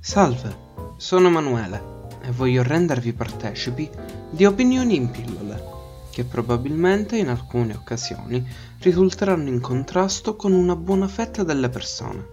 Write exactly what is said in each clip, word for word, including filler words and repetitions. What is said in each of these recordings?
Salve, sono Emanuele e voglio rendervi partecipi di opinioni in pillole, che probabilmente in alcune occasioni risulteranno in contrasto con una buona fetta delle persone.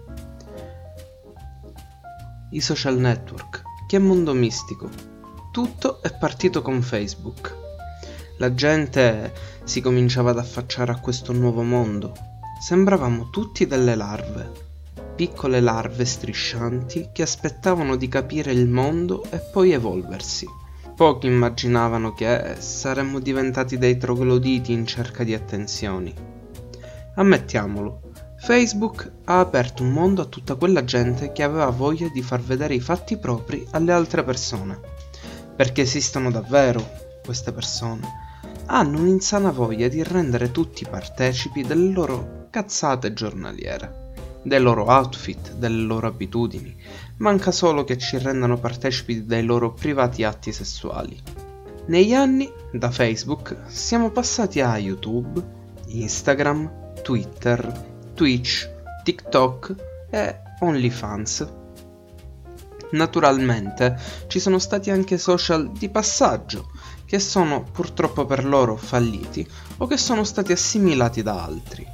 I social network, che mondo mistico! Tutto è partito con Facebook. La gente si cominciava ad affacciare a questo nuovo mondo. Sembravamo tutti delle larve. Piccole larve striscianti che aspettavano di capire il mondo e poi evolversi. Pochi immaginavano che saremmo diventati dei trogloditi in cerca di attenzioni. Ammettiamolo, Facebook ha aperto un mondo a tutta quella gente che aveva voglia di far vedere i fatti propri alle altre persone. Perché esistono davvero queste persone. Hanno un'insana voglia di rendere tutti partecipi delle loro cazzate giornaliere. Dei loro outfit, delle loro abitudini, manca solo che ci rendano partecipi dei loro privati atti sessuali. Negli anni, da Facebook, siamo passati a YouTube, Instagram, Twitter, Twitch, TikTok e OnlyFans. Naturalmente ci sono stati anche social di passaggio, che sono purtroppo per loro falliti o che sono stati assimilati da altri.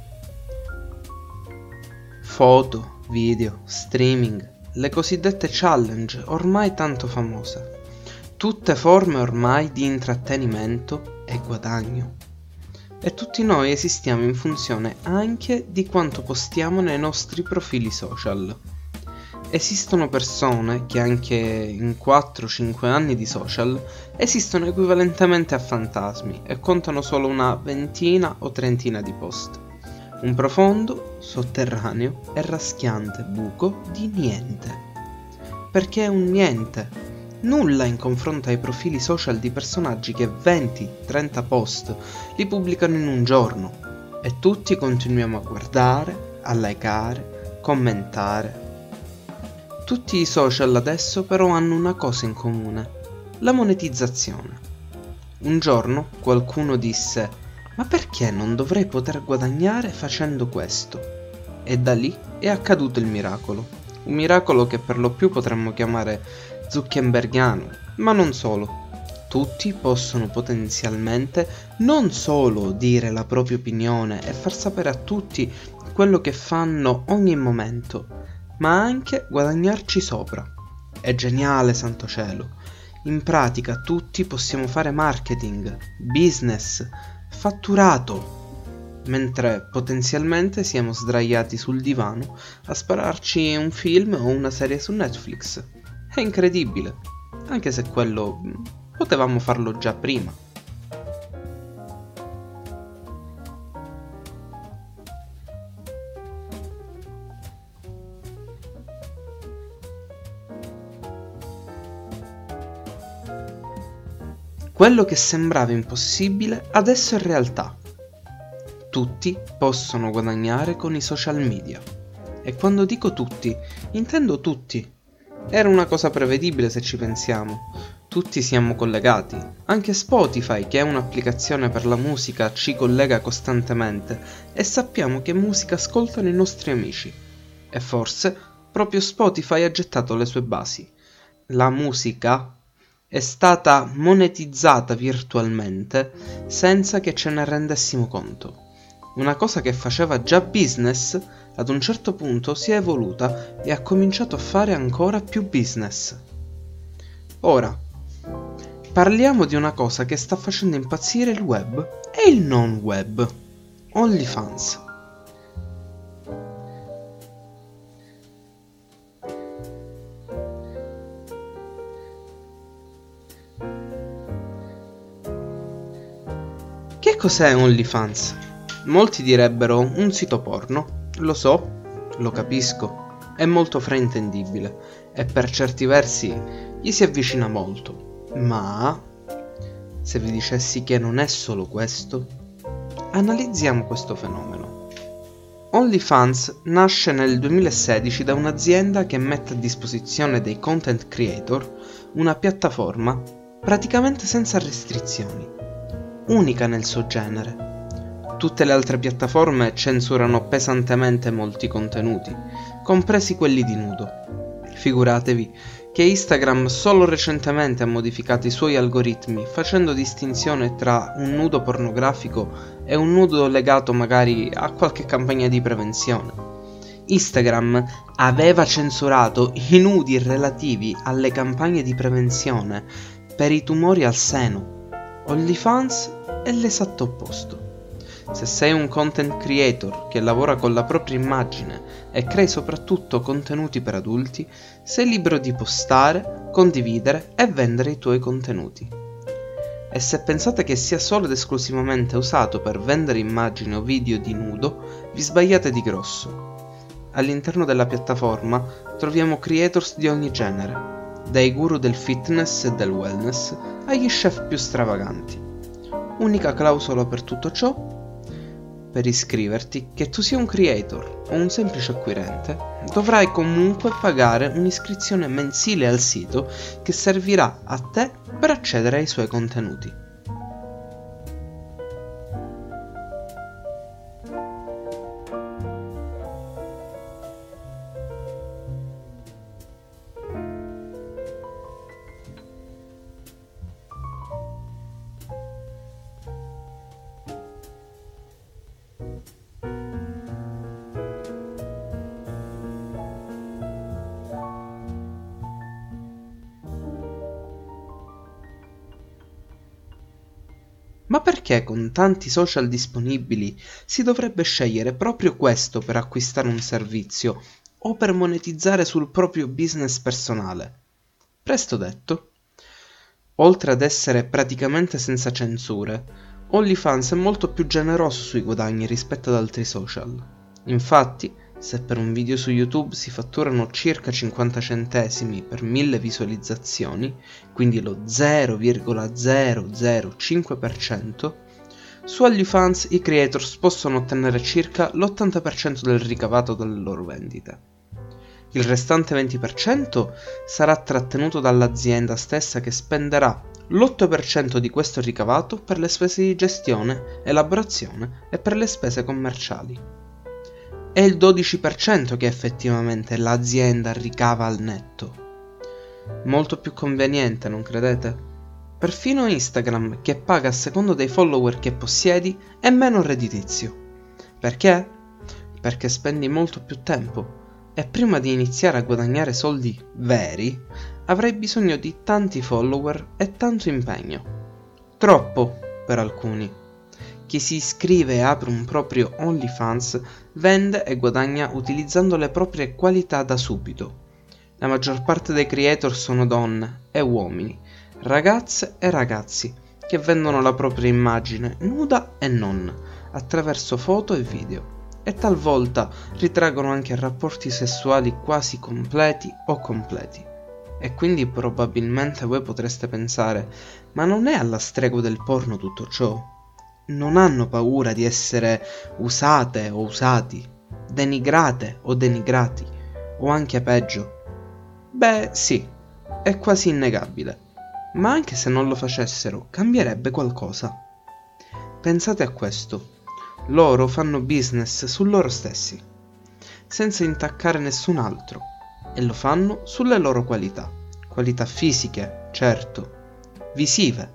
Foto, video, streaming, le cosiddette challenge ormai tanto famose, tutte forme ormai di intrattenimento e guadagno. E tutti noi esistiamo in funzione anche di quanto postiamo nei nostri profili social. Esistono persone che anche in quattro cinque anni di social esistono equivalentemente a fantasmi e contano solo una ventina o trentina di post. Un profondo, sotterraneo e raschiante buco di niente. Perché è un niente. Nulla in confronto ai profili social di personaggi che venti trenta post li pubblicano in un giorno. E tutti continuiamo a guardare, a likeare, commentare. Tutti i social adesso però hanno una cosa in comune. La monetizzazione. Un giorno qualcuno disse: ma perché non dovrei poter guadagnare facendo questo? E da lì è accaduto il miracolo. Un miracolo che per lo più potremmo chiamare zuckerbergiano, ma non solo. Tutti possono potenzialmente non solo dire la propria opinione e far sapere a tutti quello che fanno ogni momento, ma anche guadagnarci sopra. È geniale, santo cielo. In pratica tutti possiamo fare marketing, business, fatturato, mentre potenzialmente siamo sdraiati sul divano a spararci un film o una serie su Netflix. È incredibile, anche se quello potevamo farlo già prima. Quello che sembrava impossibile adesso è realtà. Tutti possono guadagnare con i social media. E quando dico tutti, intendo tutti. Era una cosa prevedibile se ci pensiamo. Tutti siamo collegati. Anche Spotify, che è un'applicazione per la musica, ci collega costantemente e sappiamo che musica ascoltano i nostri amici. E forse proprio Spotify ha gettato le sue basi. La musica è stata monetizzata virtualmente senza che ce ne rendessimo conto. Una cosa che faceva già business, ad un certo punto si è evoluta e ha cominciato a fare ancora più business. Ora, parliamo di una cosa che sta facendo impazzire il web e il non web. OnlyFans. Che cos'è OnlyFans? Molti direbbero un sito porno. Lo so, lo capisco, è molto fraintendibile e per certi versi gli si avvicina molto. Ma se vi dicessi che non è solo questo, analizziamo questo fenomeno. OnlyFans nasce nel duemilasedici da un'azienda che mette a disposizione dei content creator una piattaforma praticamente senza restrizioni, unica nel suo genere. Tutte le altre piattaforme censurano pesantemente molti contenuti, compresi quelli di nudo. Figuratevi che Instagram solo recentemente ha modificato i suoi algoritmi facendo distinzione tra un nudo pornografico e un nudo legato magari a qualche campagna di prevenzione. Instagram aveva censurato i nudi relativi alle campagne di prevenzione per i tumori al seno. OnlyFans è l'esatto opposto. Se sei un content creator che lavora con la propria immagine e crei soprattutto contenuti per adulti, sei libero di postare, condividere e vendere i tuoi contenuti. E se pensate che sia solo ed esclusivamente usato per vendere immagini o video di nudo, vi sbagliate di grosso. All'interno della piattaforma troviamo creators di ogni genere, dai guru del fitness e del wellness agli chef più stravaganti. Unica clausola per tutto ciò: per iscriverti, che tu sia un creator o un semplice acquirente, dovrai comunque pagare un'iscrizione mensile al sito che servirà a te per accedere ai suoi contenuti. Ma perché con tanti social disponibili si dovrebbe scegliere proprio questo per acquistare un servizio o per monetizzare sul proprio business personale? Presto detto. Oltre ad essere praticamente senza censure, OnlyFans è molto più generoso sui guadagni rispetto ad altri social. Infatti, se per un video su YouTube si fatturano circa cinquanta centesimi per mille visualizzazioni, quindi lo zero virgola zero zero cinque per cento, su OnlyFans i creators possono ottenere circa l'ottanta per cento del ricavato dalle loro vendite. Il restante venti per cento sarà trattenuto dall'azienda stessa che spenderà l'otto per cento di questo ricavato per le spese di gestione, elaborazione e per le spese commerciali. È il dodici per cento che effettivamente l'azienda ricava al netto. Molto più conveniente, non credete? Perfino Instagram, che paga a secondo dei follower che possiedi, è meno redditizio. Perché? Perché spendi molto più tempo e prima di iniziare a guadagnare soldi veri avrai bisogno di tanti follower e tanto impegno. Troppo per alcuni. Chi si iscrive e apre un proprio OnlyFans vende e guadagna utilizzando le proprie qualità da subito. La maggior parte dei creator sono donne e uomini, ragazze e ragazzi, che vendono la propria immagine, nuda e non, attraverso foto e video, e talvolta ritraggono anche rapporti sessuali quasi completi o completi. E quindi probabilmente voi potreste pensare: ma non è alla stregua del porno tutto ciò? Non hanno paura di essere usate o usati, denigrate o denigrati, o anche peggio? Beh, sì, è quasi innegabile. Ma anche se non lo facessero, cambierebbe qualcosa. Pensate a questo: loro fanno business su loro stessi, senza intaccare nessun altro, e lo fanno sulle loro qualità, qualità fisiche, certo, visive,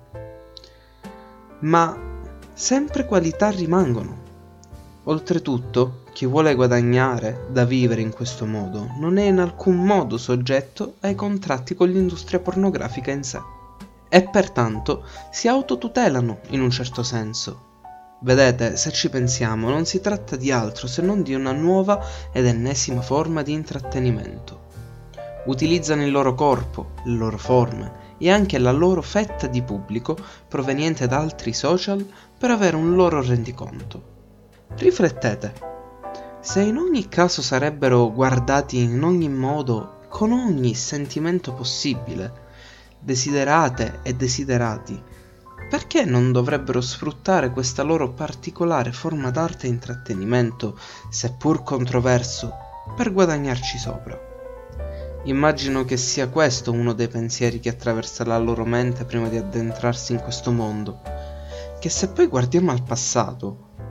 ma sempre qualità rimangono. Oltretutto, chi vuole guadagnare da vivere in questo modo non è in alcun modo soggetto ai contratti con l'industria pornografica in sé, e pertanto si autotutelano in un certo senso. Vedete, se ci pensiamo, non si tratta di altro se non di una nuova ed ennesima forma di intrattenimento. Utilizzano il loro corpo, le loro forme e anche la loro fetta di pubblico proveniente da altri social per avere un loro rendiconto. Riflettete, se in ogni caso sarebbero guardati in ogni modo, con ogni sentimento possibile, desiderate e desiderati, perché non dovrebbero sfruttare questa loro particolare forma d'arte e intrattenimento, seppur controverso, per guadagnarci sopra? Immagino che sia questo uno dei pensieri che attraversa la loro mente prima di addentrarsi in questo mondo, che se poi guardiamo al passato,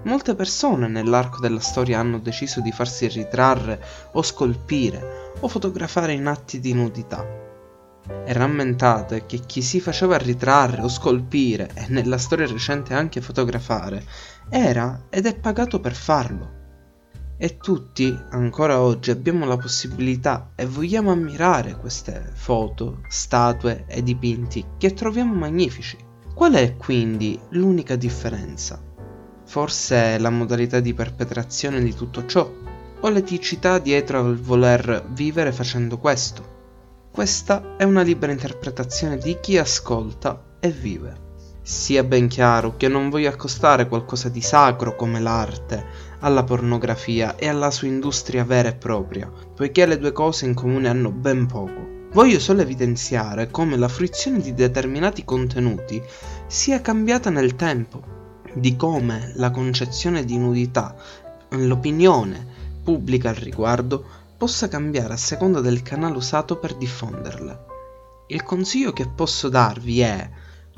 Molte persone nell'arco della storia hanno deciso di farsi ritrarre o scolpire o fotografare in atti di nudità. E rammentate che chi si faceva ritrarre o scolpire, e nella storia recente anche fotografare, era ed è pagato per farlo. E tutti, ancora oggi, abbiamo la possibilità e vogliamo ammirare queste foto, statue e dipinti che troviamo magnifici. Qual è quindi l'unica differenza? Forse la modalità di perpetrazione di tutto ciò, o l'eticità dietro al voler vivere facendo questo? Questa è una libera interpretazione di chi ascolta e vive. Sia ben chiaro che non voglio accostare qualcosa di sacro come l'arte alla pornografia e alla sua industria vera e propria, poiché le due cose in comune hanno ben poco. Voglio solo evidenziare come la fruizione di determinati contenuti sia cambiata nel tempo, di come la concezione di nudità, l'opinione pubblica al riguardo possa cambiare a seconda del canale usato per diffonderle. Il consiglio che posso darvi è: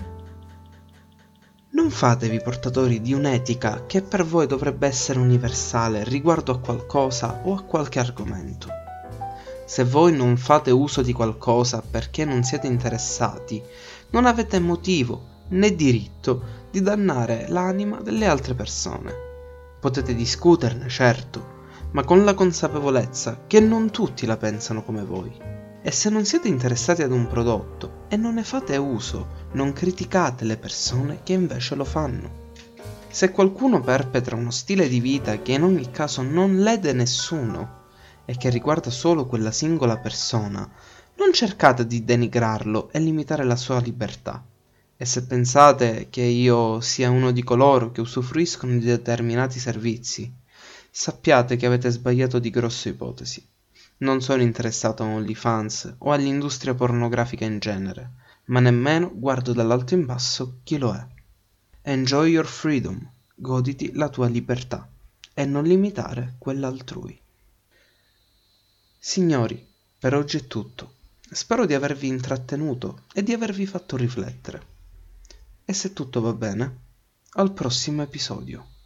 non fatevi portatori di un'etica che per voi dovrebbe essere universale riguardo a qualcosa o a qualche argomento. Se voi non fate uso di qualcosa perché non siete interessati, non avete motivo né diritto di dannare l'anima delle altre persone. Potete discuterne, certo, ma con la consapevolezza che non tutti la pensano come voi. E se non siete interessati ad un prodotto e non ne fate uso, non criticate le persone che invece lo fanno. Se qualcuno perpetra uno stile di vita che in ogni caso non lede nessuno e che riguarda solo quella singola persona, non cercate di denigrarlo e limitare la sua libertà. E se pensate che io sia uno di coloro che usufruiscono di determinati servizi, sappiate che avete sbagliato di grosso ipotesi. Non sono interessato a OnlyFans o all'industria pornografica in genere, ma nemmeno guardo dall'alto in basso chi lo è. Enjoy your freedom, goditi la tua libertà e non limitare quella altrui. Signori, per oggi è tutto. Spero di avervi intrattenuto e di avervi fatto riflettere. E se tutto va bene, al prossimo episodio.